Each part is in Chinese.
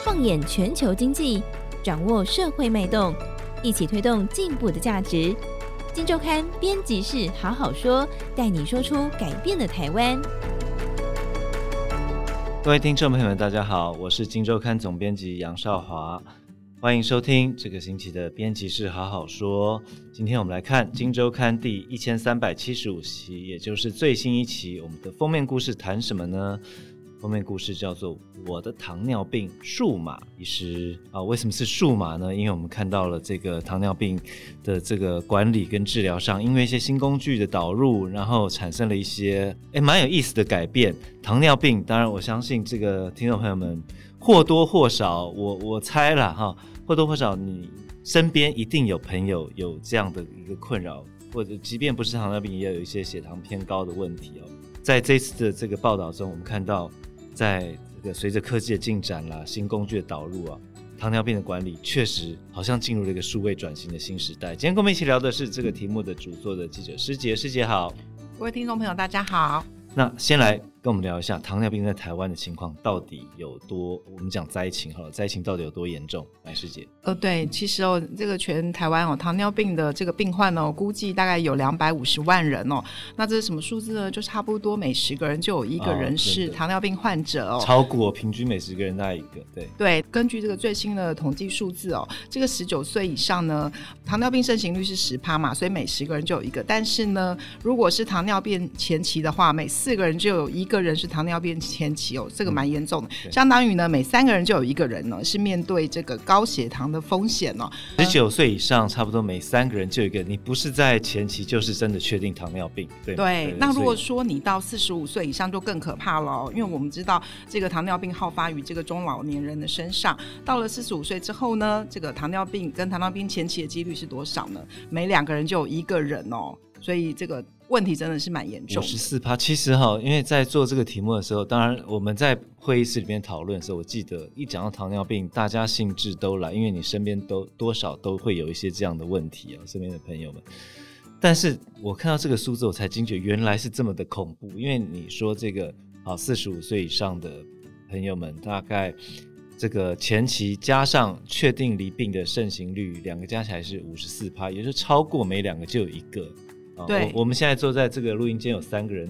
放眼全球经济，掌握社会脉动，一起推动进步的价值。今周刊编辑室好好说，带你说出改变的台湾。 各位听众朋友们大家好，我是今周刊总编辑杨少华，欢迎收听这个星期的编辑室好好说。今天我们来看今周刊第1375期，也就是最新一期，我们的封面故事谈什么呢？封面故事叫做我的糖尿病数码医师为什么是数码呢？因为我们看到了这个糖尿病的这个管理跟治疗上，因为一些新工具的导入，然后产生了一些蛮有意思的改变。糖尿病当然我相信这个听众朋友们或多或少，我猜啦或多或少你身边一定有朋友有这样的一个困扰，或者即便不是糖尿病也有一些血糖偏高的问题在这次的这个报道中，我们看到在这个随着科技的进展啦，新工具的导入糖尿病的管理确实好像进入了一个数位转型的新时代。今天跟我们一起聊的是这个题目的主作的记者师姐好。 各位听众朋友大家好。 那先来跟我们聊一下糖尿病在台湾的情况到底有多，我们讲灾情好了，灾情到底有多严重？来，师姐。 对，其实这个全台湾糖尿病的这个病患估计大概有250万人那这是什么数字呢？就差不多每10个人就有1个人是糖尿病患者超过平均每10个人大概1个。 对，根据这个最新的统计数字这个19岁以上呢，糖尿病盛行率是10%嘛，所以每10个人就有1个。但是呢，如果是糖尿病前期的话，每4个人就有1个人是糖尿病前期这个蛮严重的，相当于呢每3个人就有1个人呢是面对这个高血糖的风险 19岁以上差不多每3个人就有1个，你不是在前期就是真的确定糖尿病。 对，那如果说你到45岁以上就更可怕了因为我们知道这个糖尿病好发于这个中老年人的身上，到了45岁之后呢，这个糖尿病跟糖尿病前期的几率是多少呢？每2个人就有1个人所以这个问题真的是蛮严重的。 54%。其实因为在做这个题目的时候，当然我们在会议室里面讨论的时候，我记得一讲到糖尿病大家兴致都来，因为你身边多少都会有一些这样的问题身边的朋友们。但是我看到这个数字我才惊觉原来是这么的恐怖，因为你说这个45岁以上的朋友们大概这个前期加上确定罹病的盛行率2个加起来是54%，也就是超过每2个就有1个。 对， 我们现在坐在这个录音间有3个人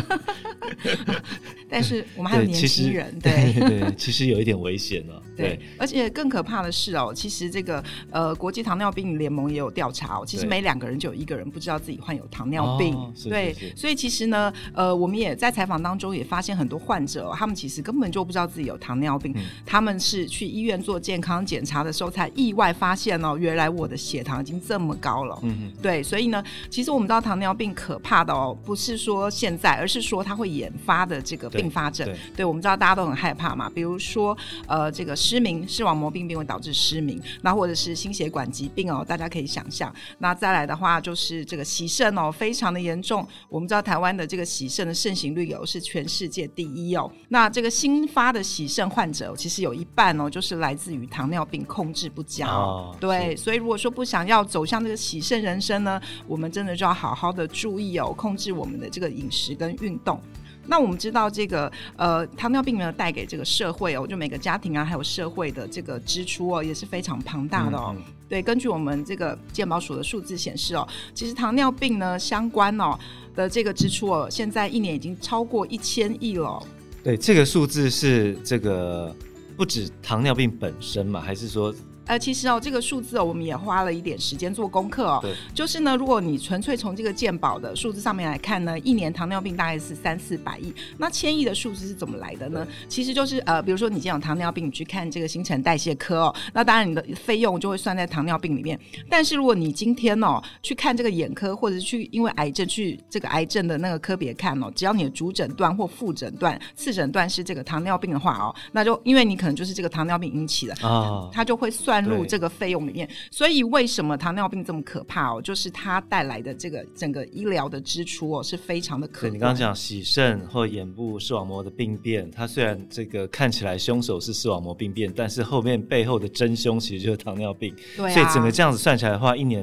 但是我们还有年轻人。 对，其实有一点危险对，而且更可怕的是其实这个国际糖尿病联盟也有调查其实每2个人就有1个人不知道自己患有糖尿病。对，所以其实呢我们也在采访当中也发现很多患者他们其实根本就不知道自己有糖尿病他们是去医院做健康检查的时候才意外发现原来我的血糖已经这么高了。对，所以呢其实我们知道糖尿病可怕的不是说现在，而是说它会研发的这个并发症。对，我们知道大家都很害怕嘛，比如说这个失明，视网膜病变会导致失明，那或者是心血管疾病大家可以想象。那再来的话就是这个洗肾非常的严重，我们知道台湾的这个洗肾的盛行率是全世界第1那这个新发的洗肾患者其实有一半就是来自于糖尿病控制不佳对，所以如果说不想要走向这个洗肾人生呢，我们真的就要好好的注意控制我们的这个饮食跟运动。那我们知道这个糖尿病呢带给这个社会就每个家庭还有社会的这个支出也是非常庞大的对，根据我们这个健保署的数字显示其实糖尿病呢相关的这个支出现在1年已经超过1000亿了。 对，这个数字是这个不止糖尿病本身嘛，还是说其实这个数字我们也花了一点时间做功课就是呢，如果你纯粹从这个健保的数字上面来看呢，1年糖尿病大概是300-400亿。那1000亿的数字是怎么来的呢？其实就是比如说你今天有糖尿病，你去看这个新陈代谢科那当然你的费用就会算在糖尿病里面。但是如果你今天去看这个眼科，或者是去因为癌症去这个癌症的那个科别看只要你的主诊断或副诊断、次诊断是这个糖尿病的话那就因为你可能就是这个糖尿病引起的它就会算入这个费用里面。所以为什么糖尿病这么可怕就是它带来的这个整个医疗的支出是非常的可观。 你刚刚讲洗肾或眼部视网膜的病变，它虽然这个看起来凶手是视网膜病变，但是后面背后的真凶其实就是糖尿病。 对所以整个这样子算起来的话，1年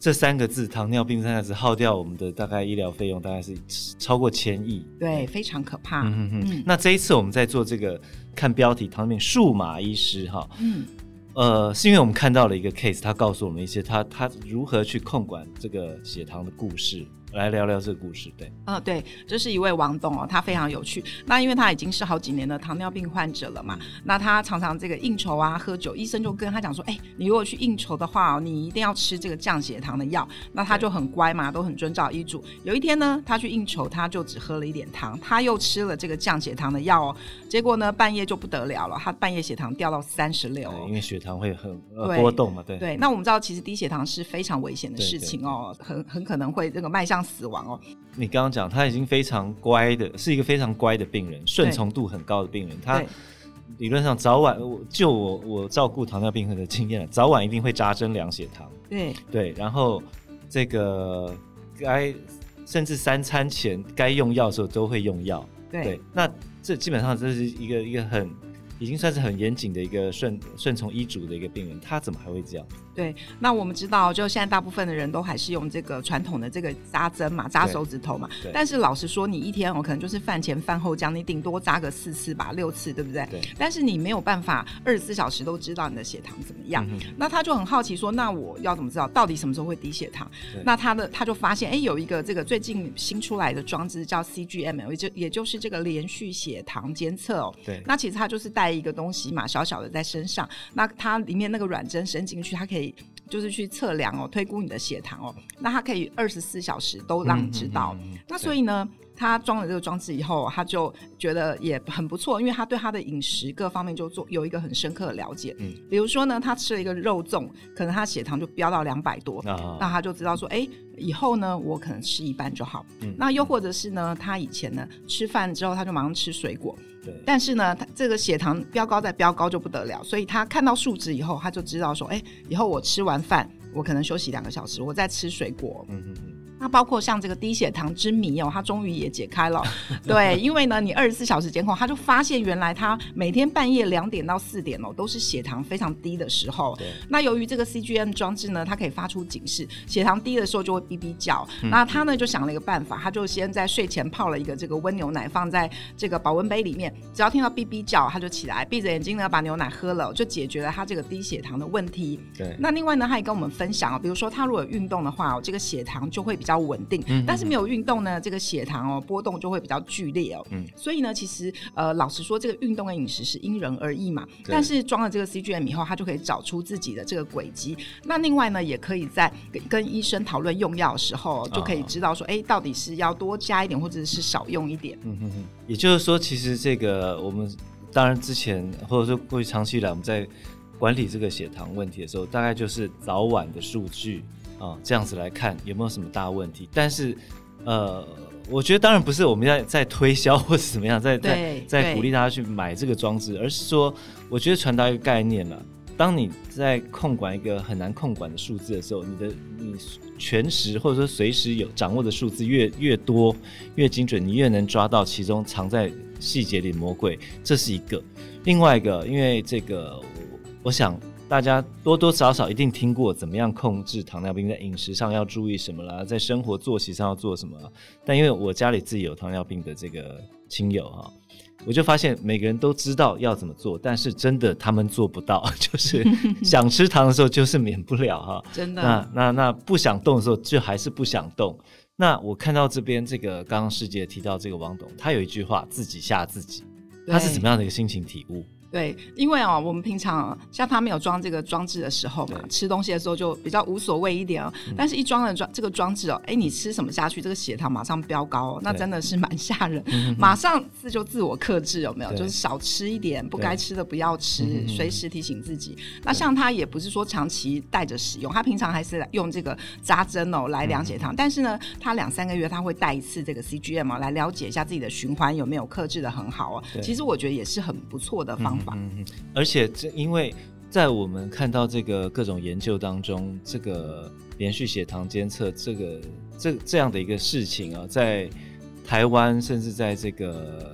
这3个字糖尿病3个字耗掉我们的大概医疗费用大概是超过1000亿， 对，非常可怕。 那这一次我们在做这个看标题糖尿病数码医师哈，是因为我们看到了一个 case， 他告诉我们一些他如何去控管这个血糖的故事，来聊聊这个故事。对， 对，这是一位王董哦，他非常有趣。那因为他已经是好几年的糖尿病患者了嘛，那他常常这个应酬啊喝酒，医生就跟他讲说，你如果去应酬的话你一定要吃这个降血糖的药。那他就很乖嘛，都很遵照医嘱。有一天呢，他去应酬，他就只喝了一点糖，他又吃了这个降血糖的药哦，结果呢半夜就不得了了，他半夜血糖掉到36哦， 因为血糖会很波动嘛。对， 那我们知道其实低血糖是非常危险的事情哦，很可能会这个迈向死亡哦。 你刚刚讲他已经非常乖的，是一个非常乖的病人，顺从度很高的病人，他理论上早晚就我照顾糖尿病人的经验，早晚一定会扎针量血糖。对，然后这个甚至3餐前该用药的时候都会用药。对，那这基本上这是一个已经算是很严谨的一个顺从医嘱的一个病人，他怎么还会这样？ 对，那我们知道就现在大部分的人都还是用这个传统的这个扎针嘛，扎手指头嘛，但是老实说你一天可能就是饭前饭后这样，你顶多扎个4次吧6次，对不对？但是你没有办法24小时都知道你的血糖怎么样。那他就很好奇说，那我要怎么知道到底什么时候会低血糖？那他就发现有一个这个最近新出来的装置叫 CGM， 也就是这个连续血糖监测哦。 对， 那其实他就是带一个东西嘛，小小的在身上，那它里面那个软针伸进去，它可以就是去测量推估你的血糖哦，那它可以24小时都让你知道。那所以呢，他装了这个装置以后，他就觉得也很不错，因为他对他的饮食各方面就有一个很深刻的了解。比如说呢，他吃了一个肉粽，可能他血糖就飙到200多，那他就知道说，以后呢我可能吃一半就好。那又或者是呢，他以前呢吃饭之后他就马上吃水果，但是呢这个血糖飙高再飙高就不得了，所以他看到数值以后，他就知道说，以后我吃完饭我可能休息2个小时，我再吃水果。那包括像这个低血糖之谜他终于也解开了。对，因为呢你24小时监控，他就发现原来他每天半夜2点到4点都是血糖非常低的时候。那由于这个 CGM 装置呢，它可以发出警示，血糖低的时候就会哔哔叫。那他呢就想了一个办法，他就先在睡前泡了一个这个温牛奶放在这个保温杯里面，只要听到哔哔叫他就起来，闭着眼睛呢把牛奶喝了，就解决了他这个低血糖的问题。 对， 那另外呢他也跟我们分享比如说他如果有运动的话这个血糖就会比较稳定，但是没有运动呢，这个血糖波动就会比较剧烈所以呢其实老实说这个运动跟饮食是因人而异嘛，但是装了这个 CGM 以后，他就可以找出自己的这个轨迹。那另外呢也可以在跟医生讨论用药的时候就可以知道说到底是要多加一点或者是少用一点。 也就是说其实这个我们当然之前或者说过去长期以来我们在管理这个血糖问题的时候，大概就是早晚的数据这样子来看有没有什么大问题。但是我觉得当然不是我们在推销或者怎么样在鼓励大家去买这个装置，而是说我觉得传达一个概念了，当你在控管一个很难控管的数字的时候，你全时或者说随时有掌握的数字越多越精准，你越能抓到其中藏在细节里的魔鬼，这是一个。另外一个，因为这个我想大家多多少少一定听过怎么样控制糖尿病，在饮食上要注意什么啦，在生活作息上要做什么啦。但因为我家里自己有糖尿病的这个亲友我就发现每个人都知道要怎么做，但是真的他们做不到，就是想吃糖的时候就是免不了真的。 那不想动的时候就还是不想动。那我看到这边这个刚刚世杰提到这个王董，他有一句话自己吓自己，他是怎么样的一个心情体悟？ 对，因为我们平常像他没有装这个装置的时候嘛，吃东西的时候就比较无所谓一点但是一装了这个装置你吃什么下去，这个血糖马上飙高那真的是蛮吓人。马上就自我克制，有没有？就是少吃一点，不该吃的不要吃，随时提醒自己。那像他也不是说长期带着使用，他平常还是用这个扎针来量血糖，但是呢他2-3个月他会带一次这个 CGM 来了解一下自己的循环有没有克制的很好其实我觉得也是很不错的方法。 而且因为在我们看到这个各种研究当中，这个连续血糖监测这样的一个事情在台湾甚至在这个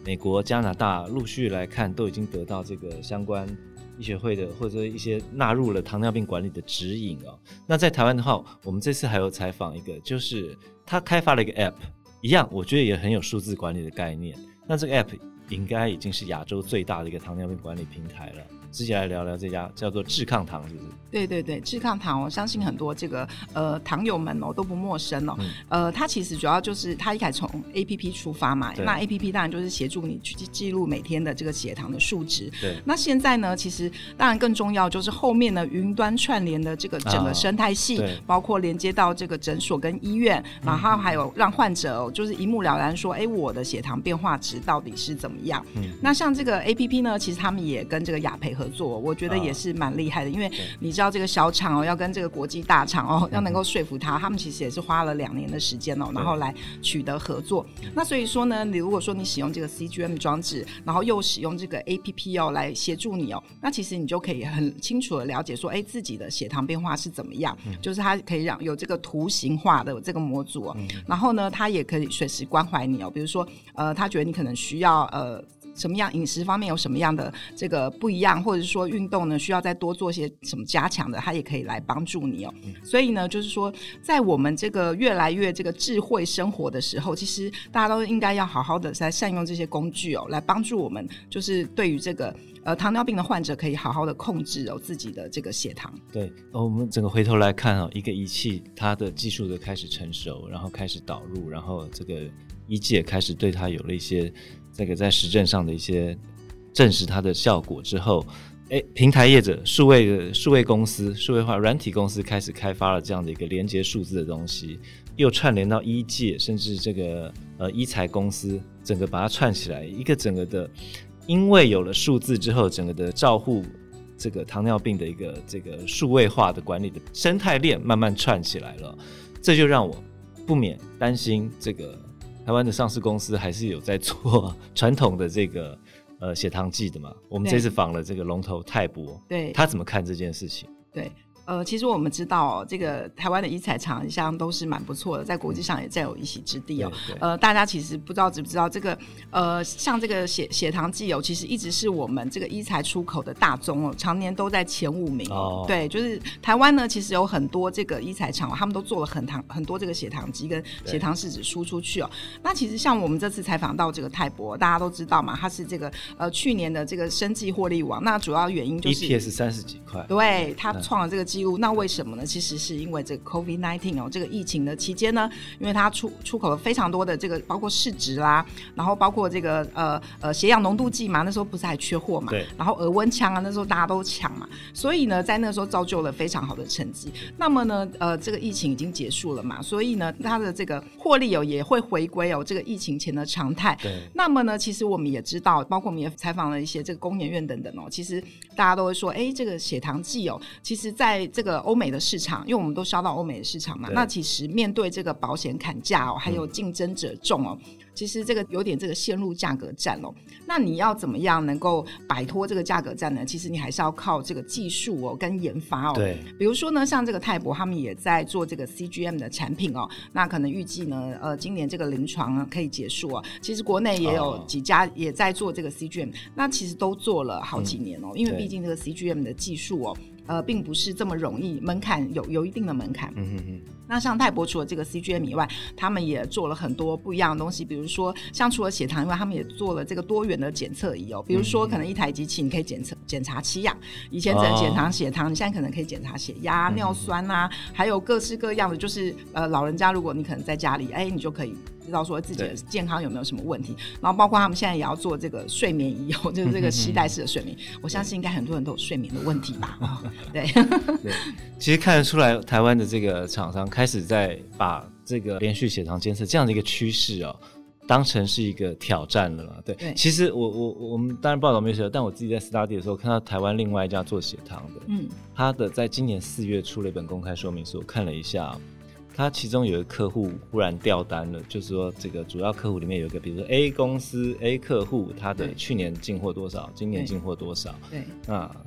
美国、加拿大陆续来看都已经得到这个相关医学会的或者一些纳入了糖尿病管理的指引哦。那在台湾的话，我们这次还有采访一个，就是他开发了一个 App， 一样我觉得也很有数字管理的概念。那这个 App 应该已经是亚洲最大的一个糖尿病管理平台了。直接来聊聊这家叫做智抗糖，是不是？ 对对对，智抗糖我相信很多这个糖友们都不陌生它其实主要就是它一开始从 APP 出发嘛，那 APP 当然就是协助你去记录每天的这个血糖的数值。 对， 那现在呢，其实当然更重要就是后面呢云端串联的这个整个生态系，包括连接到这个诊所跟医院，然后还有让患者就是一目了然说，我的血糖变化值到底是怎么样。那像这个 APP 呢，其实他们也跟这个雅培合作，我觉得也是蛮厉害的，因为你知道这个小厂要跟这个国际大厂要能够说服他们其实也是花了2年的时间然后来取得合作。那所以说呢，你如果说你使用这个 CGM 装置，然后又使用这个 APP 来协助你那其实你就可以很清楚的了解说，自己的血糖变化是怎么样，就是它可以让有这个图形化的这个模组然后呢，它也可以随时关怀你比如说他觉得你可能需要什么样饮食方面有什么样的这个不一样，或者是说运动呢需要再多做些什么加强的，它也可以来帮助你所以呢，就是说在我们这个越来越这个智慧生活的时候，其实大家都应该要好好的来善用这些工具来帮助我们，就是对于这个糖尿病的患者可以好好的控制自己的这个血糖。 对我们整个回头来看一个仪器它的技术的开始成熟，然后开始导入，然后这个医界开始对它有了一些这个在实证上的一些证实它的效果之后，平台业者数位公司数位化软体公司开始开发了这样的一个连接数字的东西，又串联到医界，甚至这个医材公司整个把它串起来，一个整个的，因为有了数字之后，整个的照护这个糖尿病的一个这个数位化的管理的生态链慢慢串起来了，这就让我不免担心这个台湾的上市公司还是有在做传统的这个血糖计的嘛。我们这次访了这个龙头泰博， 对， 他怎么看这件事情？ 对。其实我们知道这个台湾的医材厂一向都是蛮不错的，在国际上也占有一席之地大家其实不知道知不知道这个像这个血糖计其实一直是我们这个医材出口的大宗常年都在前5名对，就是台湾呢其实有很多这个医材厂他们都做了很多这个血糖机跟血糖试纸输出去那其实像我们这次采访到这个泰博，大家都知道嘛，它是这个去年的这个生技获利王，那主要原因就是 EPS 30几块， 对，它创了这个记录。那为什么呢？其实是因为这个 COVID-19 这个疫情的期间呢，因为它出口了非常多的这个包括试纸啦，然后包括这个血氧浓度计嘛，那时候不是还缺货嘛，然后额温枪那时候大家都抢嘛，所以呢在那时候造就了非常好的成绩。那么呢这个疫情已经结束了嘛，所以呢它的这个获利也会回归这个疫情前的常态。那么呢其实我们也知道，包括我们也采访了一些这个工研院等等其实大家都会说这个血糖计其实在这个欧美的市场，因为我们都销到欧美的市场嘛，那其实面对这个保险砍价还有竞争者众其实这个有点这个陷入价格战那你要怎么样能够摆脱这个价格战呢？其实你还是要靠这个技术跟研发对， 比如说呢像这个泰博他们也在做这个 CGM 的产品那可能预计呢今年这个临床可以结束其实国内也有几家也在做这个 CGM 那其实都做了好几年因为毕竟这个 CGM 的技术并不是这么容易，门槛有一定的门槛。那像泰博除了这个 CGM 以外，他们也做了很多不一样的东西，比如说像除了血糖以外，他们也做了这个多元的检测仪比如说可能一台机器你可以检查气氧，以前只能检查血糖，你现在可能可以检查血压、尿酸还有各式各样的，就是老人家如果你可能在家里你就可以知道说自己的健康有没有什么问题，然后包括他们现在也要做这个睡眠仪就是这个携带式的睡眠我相信应该很多人都有睡眠的问题吧对其实看得出来台湾的这个厂商开始在把这个连续血糖监测这样的一个趋势当成是一个挑战了啦。对，其实我们当然报道没有写到，但我自己在 study 的时候看到台湾另外一家做血糖的他的在今年4月出了一本公开说明书，我看了一下他其中有一个客户忽然掉单了，就是说这个主要客户里面有一个比如说 A 公司 A 客户他的去年进货多少，今年进货多少，对，那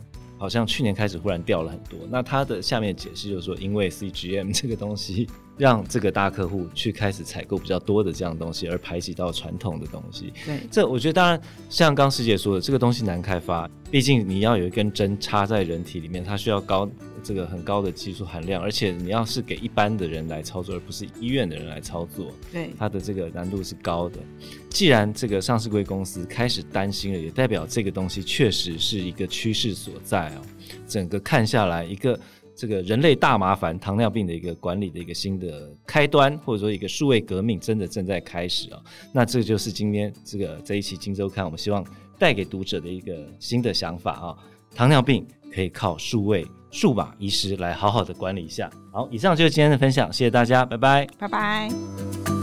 好像去年开始忽然掉了很多。那它的下面解释就是说，因为 CGM 这个东西让这个大客户去开始采购比较多的这样的东西，而排挤到传统的东西。 对， 这我觉得当然像刚师姐说的，这个东西难开发，毕竟你要有一根针插在人体里面，它需要这个很高的技术含量，而且你要是给一般的人来操作，而不是医院的人来操作， 对， 它的这个难度是高的。既然这个上市柜公司开始担心了，也代表这个东西确实是一个趋势所在哦。整个看下来，一个这个人类大麻烦糖尿病的一个管理的一个新的开端，或者说一个数位革命真的正在开始哦。那这就是今天这一期今周刊我们希望带给读者的一个新的想法哦。糖尿病可以靠数码医师来好好的管理一下。好，以上就是今天的分享，谢谢大家，拜拜， 拜拜。